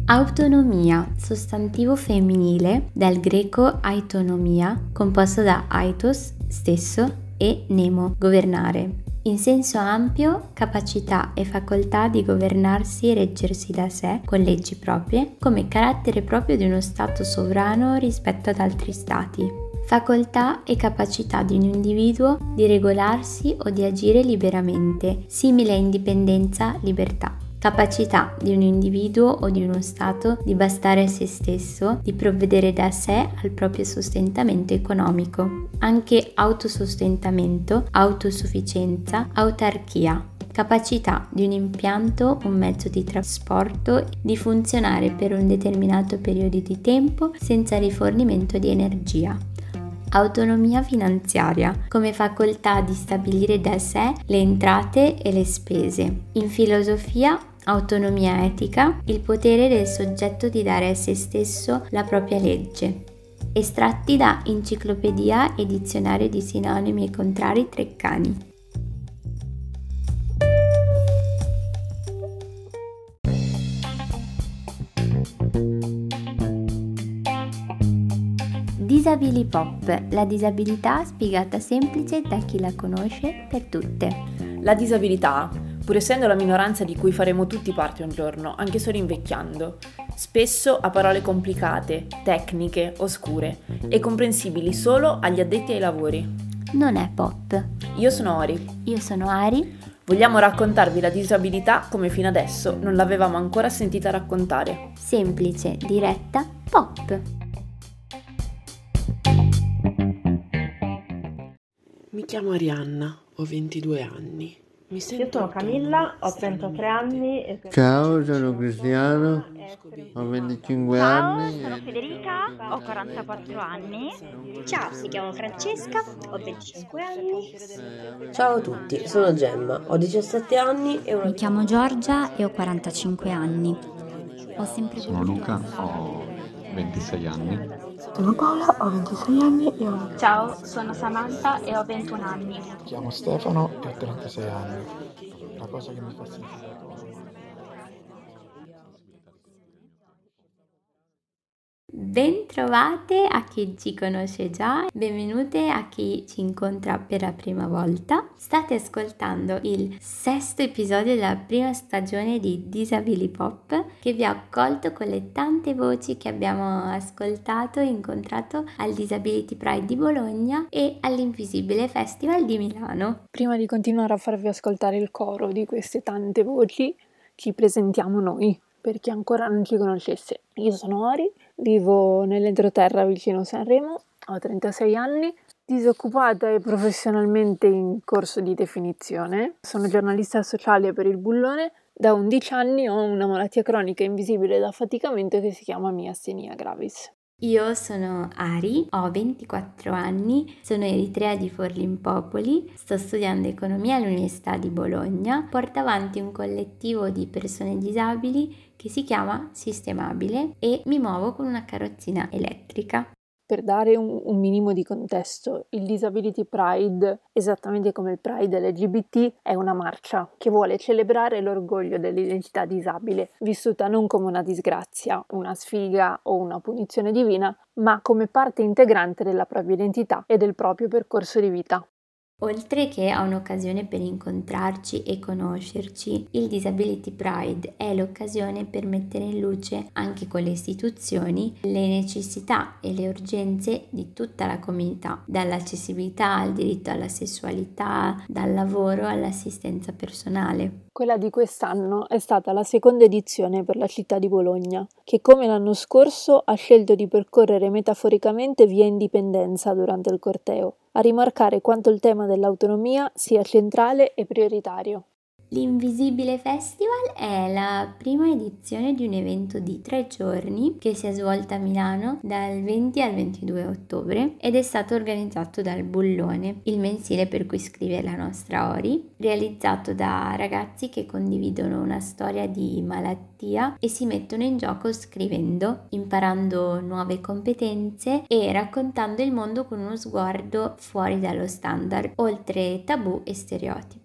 Autonomia, sostantivo femminile dal greco aitonomia, composto da aitos, stesso, e nemo, governare. In senso ampio, capacità e facoltà di governarsi e reggersi da sé con leggi proprie, come carattere proprio di uno Stato sovrano rispetto ad altri Stati. Facoltà e capacità di un individuo di regolarsi o di agire liberamente, simile a indipendenza, libertà. Capacità di un individuo o di uno Stato di bastare a se stesso, di provvedere da sé al proprio sostentamento economico. Anche autosostentamento, autosufficienza, autarchia. Capacità di un impianto, un mezzo di trasporto, di funzionare per un determinato periodo di tempo senza rifornimento di energia. Autonomia finanziaria, come facoltà di stabilire da sé le entrate e le spese. In filosofia, autonomia etica, il potere del soggetto di dare a se stesso la propria legge. Estratti da Enciclopedia e Dizionario di sinonimi e contrari Treccani. Disabili Pop, la disabilità spiegata semplice da chi la conosce per tutte. La disabilità, pur essendo la minoranza di cui faremo tutti parte un giorno, anche solo invecchiando, spesso ha parole complicate, tecniche, oscure e comprensibili solo agli addetti ai lavori. Non è pop. Io sono Ori. Io sono Ari. Vogliamo raccontarvi la disabilità come fino adesso non l'avevamo ancora sentita raccontare. Semplice, diretta, pop. Mi chiamo Arianna, ho 22 anni. Io sono Camilla, ho 33 anni. Ciao, sono Cristiano, ho 25 anni. Ciao, sono Federica, ho 44 anni. Ciao, mi chiamo Francesca, ho 25 anni. Ciao a tutti, sono Gemma, ho 17 anni e Mi chiamo Giorgia e ho 45 anni. Sono Luca, ho 26 anni. Sono Paola, ho 26 anni e ho... Ciao, sono Samantha e ho 21 anni. Mi chiamo Stefano e ho 36 anni. La cosa che mi fa sentire... Bentrovate a chi ci conosce già, benvenute a chi ci incontra per la prima volta. State ascoltando il 6º episodio della prima stagione di Disabili Pop, che vi ha accolto con le tante voci che abbiamo ascoltato e incontrato al Disability Pride di Bologna e all'Invisibile Festival di Milano. Prima di continuare a farvi ascoltare il coro di queste tante voci, ci presentiamo noi, per chi ancora non ci conoscesse. Io sono Ori, vivo nell'entroterra vicino Sanremo, ho 36 anni, disoccupata e professionalmente in corso di definizione. Sono giornalista sociale per il Bullone. Da 11 anni ho una malattia cronica invisibile da affaticamento che si chiama miastenia gravis. Io sono Ari, ho 24 anni, sono eritrea di Forlimpopoli, sto studiando economia all'Università di Bologna, porto avanti un collettivo di persone disabili che si chiama Sistemabile e mi muovo con una carrozzina elettrica. Per dare un minimo di contesto, il Disability Pride, esattamente come il Pride LGBT, è una marcia che vuole celebrare l'orgoglio dell'identità disabile, vissuta non come una disgrazia, una sfiga o una punizione divina, ma come parte integrante della propria identità e del proprio percorso di vita. Oltre che a un'occasione per incontrarci e conoscerci, il Disability Pride è l'occasione per mettere in luce anche con le istituzioni le necessità e le urgenze di tutta la comunità, dall'accessibilità al diritto alla sessualità, dal lavoro all'assistenza personale. Quella di quest'anno è stata la seconda edizione per la città di Bologna, che come l'anno scorso ha scelto di percorrere metaforicamente via Indipendenza durante il corteo, a rimarcare quanto il tema dell'autonomia sia centrale e prioritario. L'Invisibile Festival è la prima edizione di un evento di 3 giorni che si è svolta a Milano dal 20 al 22 ottobre ed è stato organizzato dal Bullone, il mensile per cui scrive la nostra Ori, realizzato da ragazzi che condividono una storia di malattia e si mettono in gioco scrivendo, imparando nuove competenze e raccontando il mondo con uno sguardo fuori dallo standard, oltre tabù e stereotipi.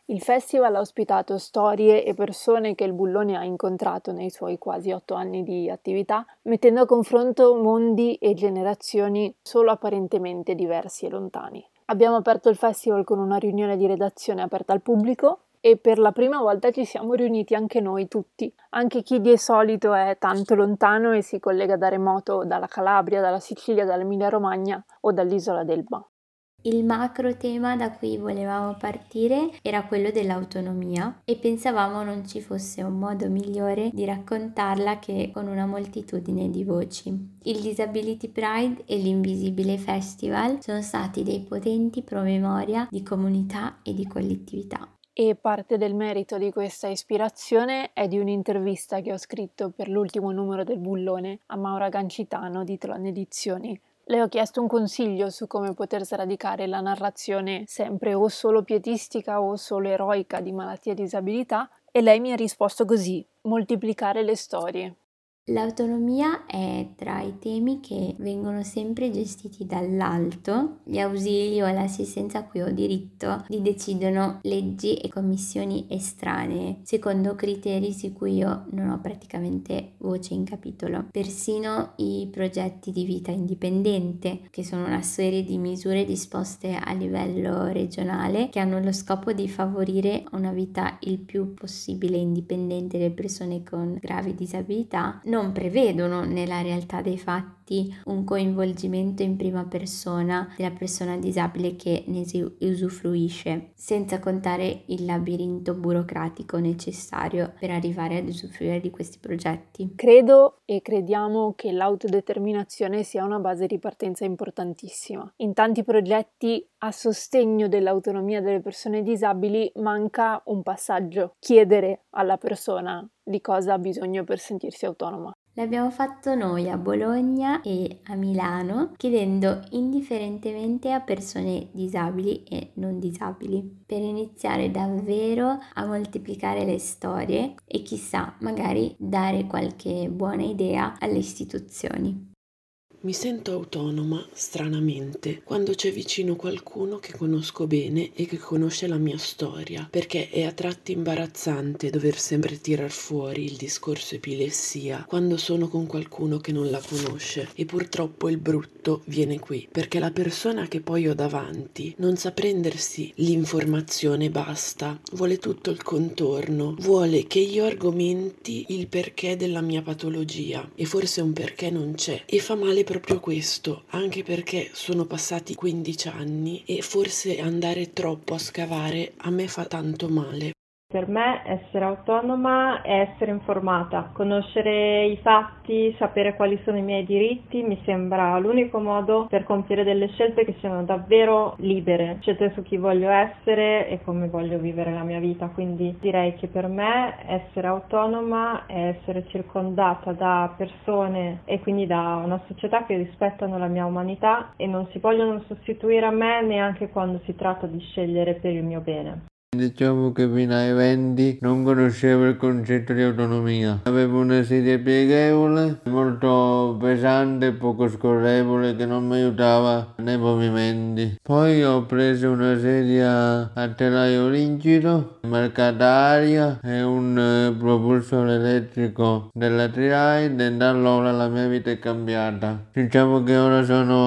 Il festival ha ospitato storie e persone che il Bullone ha incontrato nei suoi quasi 8 anni di attività, mettendo a confronto mondi e generazioni solo apparentemente diversi e lontani. Abbiamo aperto il festival con una riunione di redazione aperta al pubblico e per la prima volta ci siamo riuniti anche noi tutti, anche chi di solito è tanto lontano e si collega da remoto dalla Calabria, dalla Sicilia, dall'Emilia Romagna o dall'isola d'Elba. Il macro tema da cui volevamo partire era quello dell'autonomia e pensavamo non ci fosse un modo migliore di raccontarla che con una moltitudine di voci. Il Disability Pride e l'Invisibile Festival sono stati dei potenti promemoria di comunità e di collettività. E parte del merito di questa ispirazione è di un'intervista che ho scritto per l'ultimo numero del Bullone a Maura Gancitano di Tron Edizioni. Le ho chiesto un consiglio su come poter sradicare la narrazione sempre o solo pietistica o solo eroica di malattie e disabilità e lei mi ha risposto così: moltiplicare le storie. L'autonomia è tra i temi che vengono sempre gestiti dall'alto. Gli ausili o l'assistenza a cui ho diritto li decidono leggi e commissioni estranee, secondo criteri su cui io non ho praticamente voce in capitolo. Persino i progetti di vita indipendente, che sono una serie di misure disposte a livello regionale che hanno lo scopo di favorire una vita il più possibile indipendente delle persone con gravi disabilità, non prevedono nella realtà dei fatti un coinvolgimento in prima persona della persona disabile che ne usufruisce, senza contare il labirinto burocratico necessario per arrivare ad usufruire di questi progetti. Credo e crediamo che l'autodeterminazione sia una base di partenza importantissima. In tanti progetti a sostegno dell'autonomia delle persone disabili manca un passaggio: chiedere alla persona di cosa ha bisogno per sentirsi autonoma. L'abbiamo fatto noi a Bologna e a Milano, chiedendo indifferentemente a persone disabili e non disabili, per iniziare davvero a moltiplicare le storie e chissà, magari dare qualche buona idea alle istituzioni. Mi sento autonoma, stranamente, quando c'è vicino qualcuno che conosco bene e che conosce la mia storia, perché è a tratti imbarazzante dover sempre tirar fuori il discorso epilessia quando sono con qualcuno che non la conosce, e purtroppo il brutto viene qui, perché la persona che poi ho davanti non sa prendersi l'informazione e basta, vuole tutto il contorno, vuole che io argomenti il perché della mia patologia, e forse un perché non c'è, e fa male proprio questo, anche perché sono passati 15 anni e forse andare troppo a scavare a me fa tanto male. Per me essere autonoma è essere informata, conoscere i fatti, sapere quali sono i miei diritti mi sembra l'unico modo per compiere delle scelte che siano davvero libere, scelte su chi voglio essere e come voglio vivere la mia vita. Quindi direi che per me essere autonoma è essere circondata da persone e quindi da una società che rispettano la mia umanità e non si vogliono sostituire a me neanche quando si tratta di scegliere per il mio bene. Diciamo che fino ai 20 non conoscevo il concetto di autonomia. Avevo una sedia pieghevole, molto pesante e poco scorrevole, che non mi aiutava nei movimenti. Poi ho preso una sedia a telaio rigido, marcata Aria, e un propulsore elettrico della Tri-Ride, e da allora la mia vita è cambiata. Diciamo che ora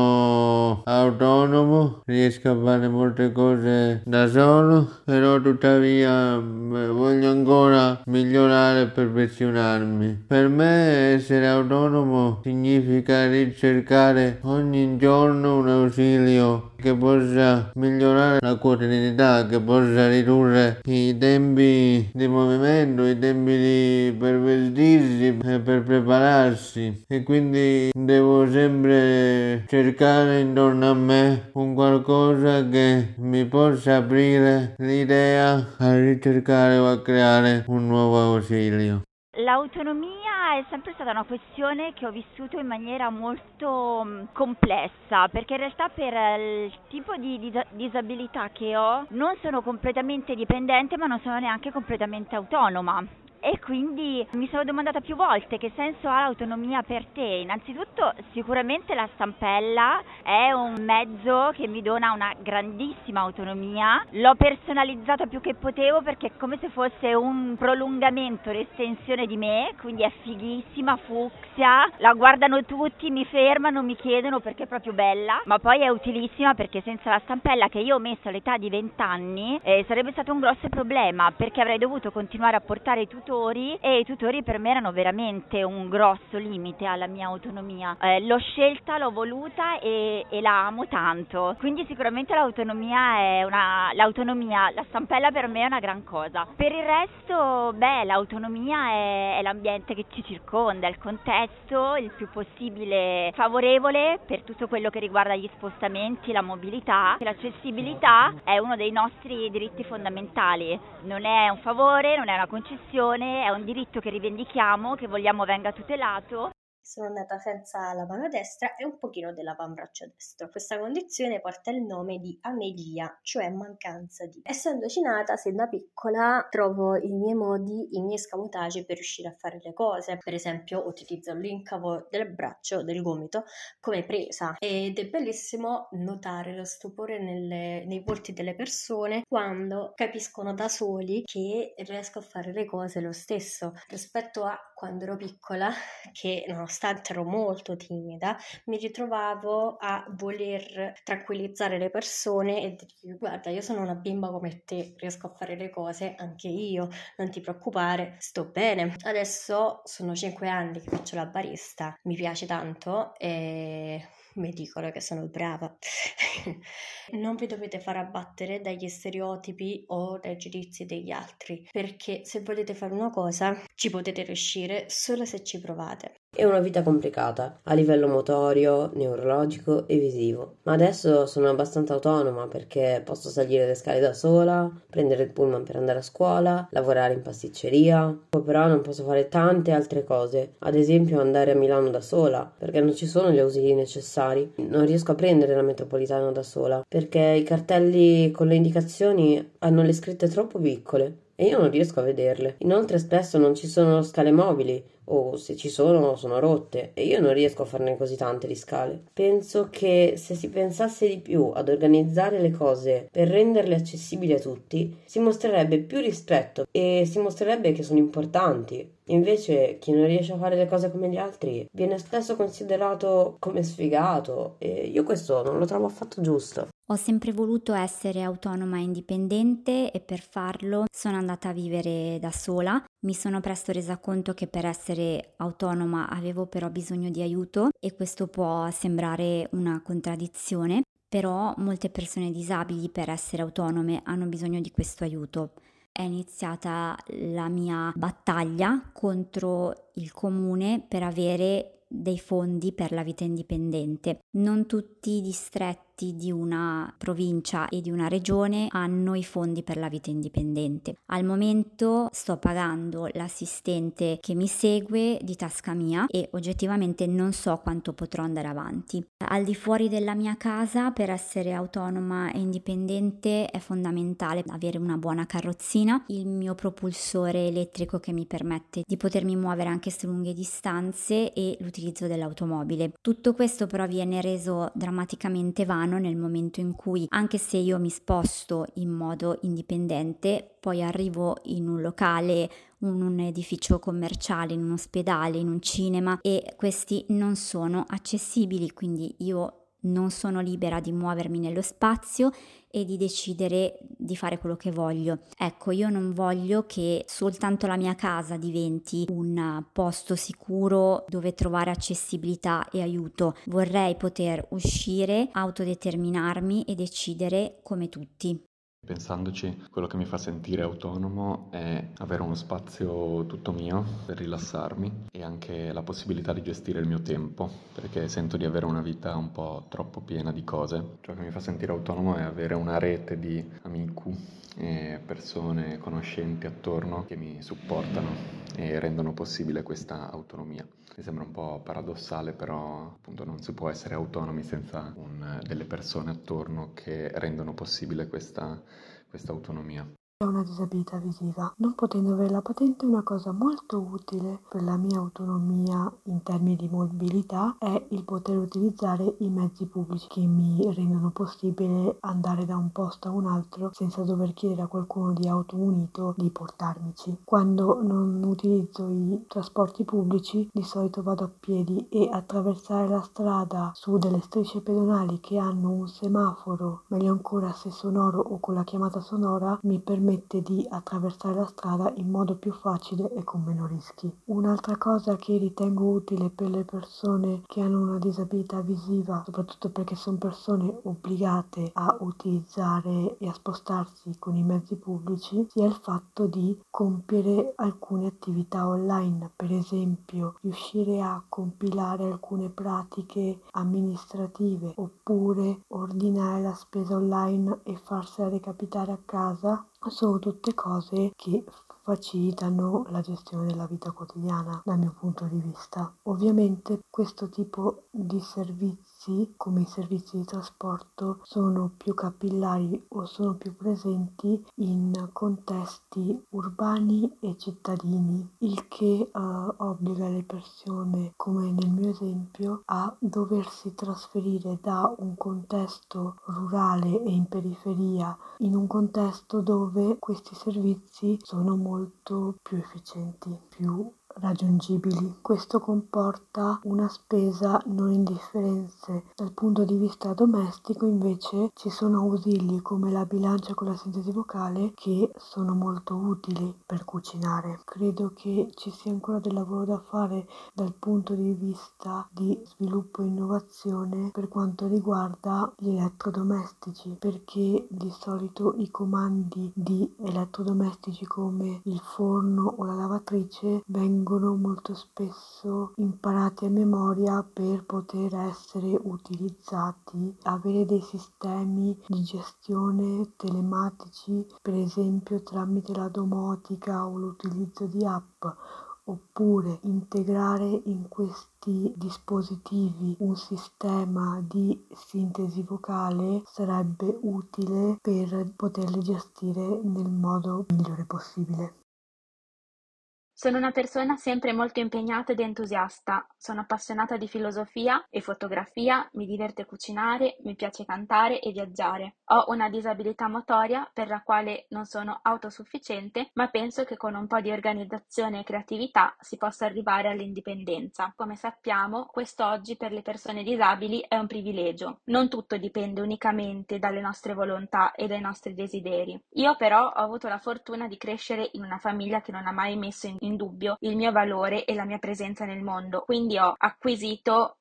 sono autonomo, riesco a fare molte cose da solo, però tuttavia voglio ancora migliorare e perfezionarmi. Per me essere autonomo significa ricercare ogni giorno un ausilio che possa migliorare la quotidianità, che possa ridurre i tempi di movimento, i tempi per vestirsi e per prepararsi, e quindi devo sempre cercare intorno a me un qualcosa che mi possa aprire l'idea a ricercare o a creare un nuovo ausilio. L'autonomia è sempre stata una questione che ho vissuto in maniera molto complessa, perché in realtà per il tipo di disabilità che ho non sono completamente dipendente, ma non sono neanche completamente autonoma. E quindi mi sono domandata più volte che senso ha l'autonomia per te. Innanzitutto sicuramente la stampella è un mezzo che mi dona una grandissima autonomia, l'ho personalizzata più che potevo perché è come se fosse un prolungamento, l'estensione di me, quindi è fighissima, fucsia, la guardano tutti, mi fermano, mi chiedono perché è proprio bella, ma poi è utilissima perché senza la stampella che io ho messo all'età di 20 anni sarebbe stato un grosso problema perché avrei dovuto continuare a portare i tutori e i tutori per me erano veramente un grosso limite alla mia autonomia. L'ho scelta, l'ho voluta e la amo tanto, quindi sicuramente la stampella per me è una gran cosa. Per il resto, l'autonomia è l'ambiente che ci circonda, il contesto il più possibile favorevole per tutto quello che riguarda gli spostamenti, la mobilità. L'accessibilità è uno dei nostri diritti fondamentali, non è un favore, non è una concessione, è un diritto che rivendichiamo, che vogliamo venga tutelato. Sono nata senza la mano destra e un pochino dell'avambraccio destro. Questa condizione porta il nome di amelia, cioè mancanza di. Essendoci nata sin da piccola, trovo i miei modi, i miei escamotage per riuscire a fare le cose. Per esempio, utilizzo l'incavo del braccio, del gomito, come presa. Ed è bellissimo notare lo stupore nei volti delle persone quando capiscono da soli che riesco a fare le cose lo stesso, rispetto a quando ero piccola, che nonostante ero molto timida, mi ritrovavo a voler tranquillizzare le persone e dirgli: guarda, io sono una bimba come te, riesco a fare le cose anche io, non ti preoccupare, sto bene. Adesso sono 5 anni che faccio la barista, mi piace tanto e mi dicono che sono brava. Non vi dovete far abbattere dagli stereotipi o dai giudizi degli altri, perché se volete fare una cosa ci potete riuscire solo se ci provate. È una vita complicata a livello motorio, neurologico e visivo, ma adesso sono abbastanza autonoma perché posso salire le scale da sola, prendere il pullman per andare a scuola, lavorare in pasticceria, però non posso fare tante altre cose, ad esempio andare a Milano da sola perché non ci sono gli ausili necessari, non riesco a prendere la metropolitana da sola perché i cartelli con le indicazioni hanno le scritte troppo piccole e io non riesco a vederle. Inoltre spesso non ci sono scale mobili o se ci sono rotte e io non riesco a farne così tante di scale. Penso che se si pensasse di più ad organizzare le cose per renderle accessibili a tutti, si mostrerebbe più rispetto e si mostrerebbe che sono importanti. Invece chi non riesce a fare le cose come gli altri viene spesso considerato come sfigato e io questo non lo trovo affatto giusto. Ho sempre voluto essere autonoma e indipendente e per farlo sono andata a vivere da sola. Mi sono presto resa conto che per essere autonoma avevo però bisogno di aiuto e questo può sembrare una contraddizione, però molte persone disabili per essere autonome hanno bisogno di questo aiuto. È iniziata la mia battaglia contro il comune per avere dei fondi per la vita indipendente. Non tutti i distretti di una provincia e di una regione hanno i fondi per la vita indipendente. Al momento sto pagando l'assistente che mi segue di tasca mia e oggettivamente non so quanto potrò andare avanti. Al di fuori della mia casa, per essere autonoma e indipendente è fondamentale avere una buona carrozzina, il mio propulsore elettrico che mi permette di potermi muovere anche su lunghe distanze e l'utilizzo dell'automobile. Tutto questo però viene reso drammaticamente vano nel momento in cui, anche se io mi sposto in modo indipendente, poi arrivo in un locale, in un edificio commerciale, in un ospedale, in un cinema e questi non sono accessibili, quindi io non sono libera di muovermi nello spazio e di decidere di fare quello che voglio. Ecco, io non voglio che soltanto la mia casa diventi un posto sicuro dove trovare accessibilità e aiuto. Vorrei poter uscire, autodeterminarmi e decidere come tutti. Pensandoci, quello che mi fa sentire autonomo è avere uno spazio tutto mio per rilassarmi e anche la possibilità di gestire il mio tempo, perché sento di avere una vita un po' troppo piena di cose. Ciò che mi fa sentire autonomo è avere una rete di amici e persone conoscenti attorno che mi supportano e rendono possibile questa autonomia. Mi sembra un po' paradossale, però appunto non si può essere autonomi senza delle persone attorno che rendono possibile questa autonomia. ho una disabilità visiva. Non potendo avere la patente, una cosa molto utile per la mia autonomia in termini di mobilità è il poter utilizzare i mezzi pubblici che mi rendono possibile andare da un posto a un altro senza dover chiedere a qualcuno di auto munito di portarmici. Quando non utilizzo i trasporti pubblici, di solito vado a piedi e attraversare la strada su delle strisce pedonali che hanno un semaforo, meglio ancora se sonoro o con la chiamata sonora, mi permette di attraversare la strada in modo più facile e con meno rischi. Un'altra cosa che ritengo utile per le persone che hanno una disabilità visiva, soprattutto perché sono persone obbligate a utilizzare e a spostarsi con i mezzi pubblici, sia il fatto di compiere alcune attività online, per esempio riuscire a compilare alcune pratiche amministrative oppure ordinare la spesa online e farsela recapitare a casa. Sono tutte cose che facilitano la gestione della vita quotidiana dal mio punto di vista. Ovviamente questo tipo di servizi, come i servizi di trasporto, sono più capillari o sono più presenti in contesti urbani e cittadini, il che obbliga le persone, come nel mio esempio, a doversi trasferire da un contesto rurale e in periferia in un contesto dove questi servizi sono molto più efficienti, più raggiungibili. Questo comporta una spesa non indifferente. Dal punto di vista domestico invece ci sono ausili come la bilancia con la sintesi vocale che sono molto utili per cucinare. Credo che ci sia ancora del lavoro da fare dal punto di vista di sviluppo e innovazione per quanto riguarda gli elettrodomestici, perché di solito i comandi di elettrodomestici come il forno o la lavatrice vengono molto spesso imparati a memoria per poter essere utilizzati, avere dei sistemi di gestione telematici, per esempio tramite la domotica o l'utilizzo di app, oppure integrare in questi dispositivi un sistema di sintesi vocale sarebbe utile per poterli gestire nel modo migliore possibile. Sono una persona sempre molto impegnata ed entusiasta, sono appassionata di filosofia e fotografia, mi diverte cucinare, mi piace cantare e viaggiare. Ho una disabilità motoria per la quale non sono autosufficiente, ma penso che con un po' di organizzazione e creatività si possa arrivare all'indipendenza. Come sappiamo, questo oggi per le persone disabili è un privilegio. Non tutto dipende unicamente dalle nostre volontà e dai nostri desideri. Io però ho avuto la fortuna di crescere in una famiglia che non ha mai messo in dubbio il mio valore e la mia presenza nel mondo, quindi ho acquisito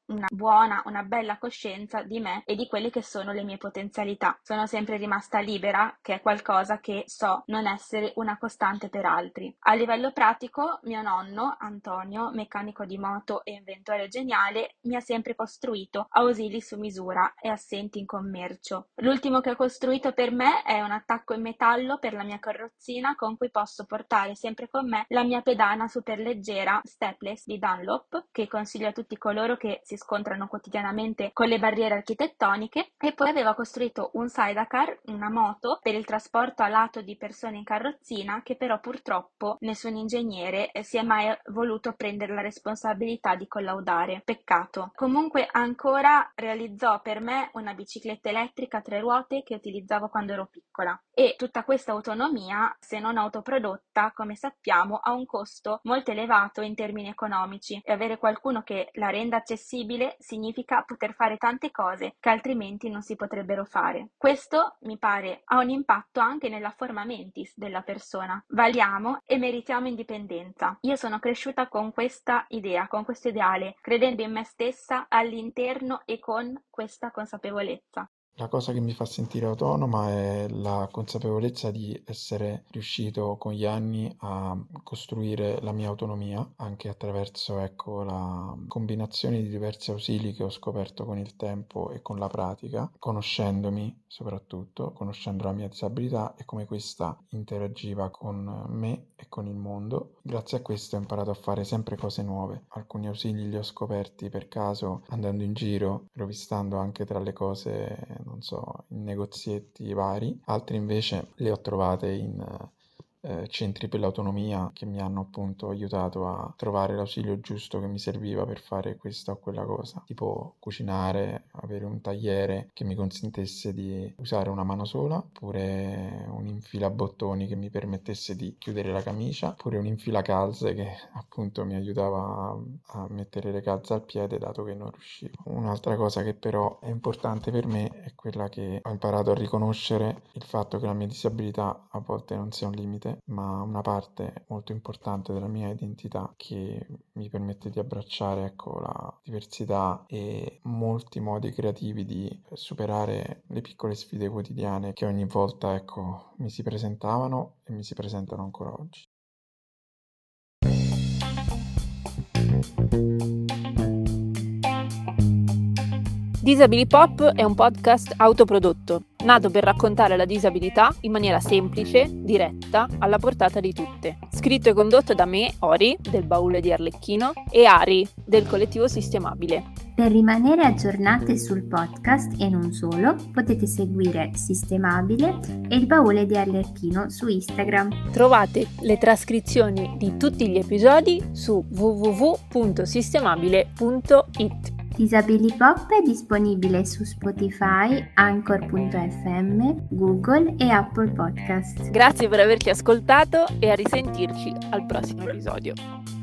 una bella coscienza di me e di quelle che sono le mie potenzialità. Sono sempre rimasta libera, che è qualcosa che so non essere una costante per altri. A livello pratico, mio nonno, Antonio, meccanico di moto e inventore geniale, mi ha sempre costruito ausili su misura e assenti in commercio. L'ultimo che ho costruito per me è un attacco in metallo per la mia carrozzina con cui posso portare sempre con me la mia pedana superleggera stepless di Dunlop, che consiglio a tutti coloro che si scontrano quotidianamente con le barriere architettoniche, e poi aveva costruito un sidecar, una moto, per il trasporto a lato di persone in carrozzina, che però purtroppo nessun ingegnere si è mai voluto prendere la responsabilità di collaudare. Peccato. Comunque ancora realizzò per me una bicicletta elettrica a 3 ruote che utilizzavo quando ero piccola, e tutta questa autonomia, se non autoprodotta, come sappiamo, ha un costo molto elevato in termini economici, e avere qualcuno che la renda accessibile significa poter fare tante cose che altrimenti non si potrebbero fare. Questo, mi pare, ha un impatto anche nella forma mentis della persona. Valiamo e meritiamo indipendenza. Io sono cresciuta con questa idea, con questo ideale, credendo in me stessa all'interno e con questa consapevolezza. La cosa che mi fa sentire autonoma è la consapevolezza di essere riuscito con gli anni a costruire la mia autonomia, anche attraverso, ecco, la combinazione di diversi ausili che ho scoperto con il tempo e con la pratica, conoscendomi soprattutto, conoscendo la mia disabilità e come questa interagiva con me e con il mondo. Grazie a questo ho imparato a fare sempre cose nuove. Alcuni ausili li ho scoperti per caso andando in giro, rovistando anche tra le cose, non so, in negozietti vari. Altri invece le ho trovate in centri per l'autonomia che mi hanno appunto aiutato a trovare l'ausilio giusto che mi serviva per fare questa o quella cosa, tipo cucinare, avere un tagliere che mi consentisse di usare una mano sola, oppure un infilabottoni che mi permettesse di chiudere la camicia, oppure un infilacalze che appunto mi aiutava a mettere le calze al piede dato che non riuscivo. Un'altra cosa che però è importante per me è quella che ho imparato a riconoscere il fatto che la mia disabilità a volte non sia un limite, ma una parte molto importante della mia identità che mi permette di abbracciare, ecco, la diversità e molti modi creativi di superare le piccole sfide quotidiane che ogni volta, ecco, mi si presentavano e mi si presentano ancora oggi. Disabili Pop è un podcast autoprodotto, nato per raccontare la disabilità in maniera semplice, diretta, alla portata di tutte. Scritto e condotto da me, Ori, del Baule di Arlecchino, e Ari, del collettivo Sistemabile. Per rimanere aggiornate sul podcast e non solo, potete seguire Sistemabile e il Baule di Arlecchino su Instagram. Trovate le trascrizioni di tutti gli episodi su www.sistemabile.it. Disabili Pop è disponibile su Spotify, Anchor.fm, Google e Apple Podcast. Grazie per averci ascoltato e a risentirci al prossimo episodio.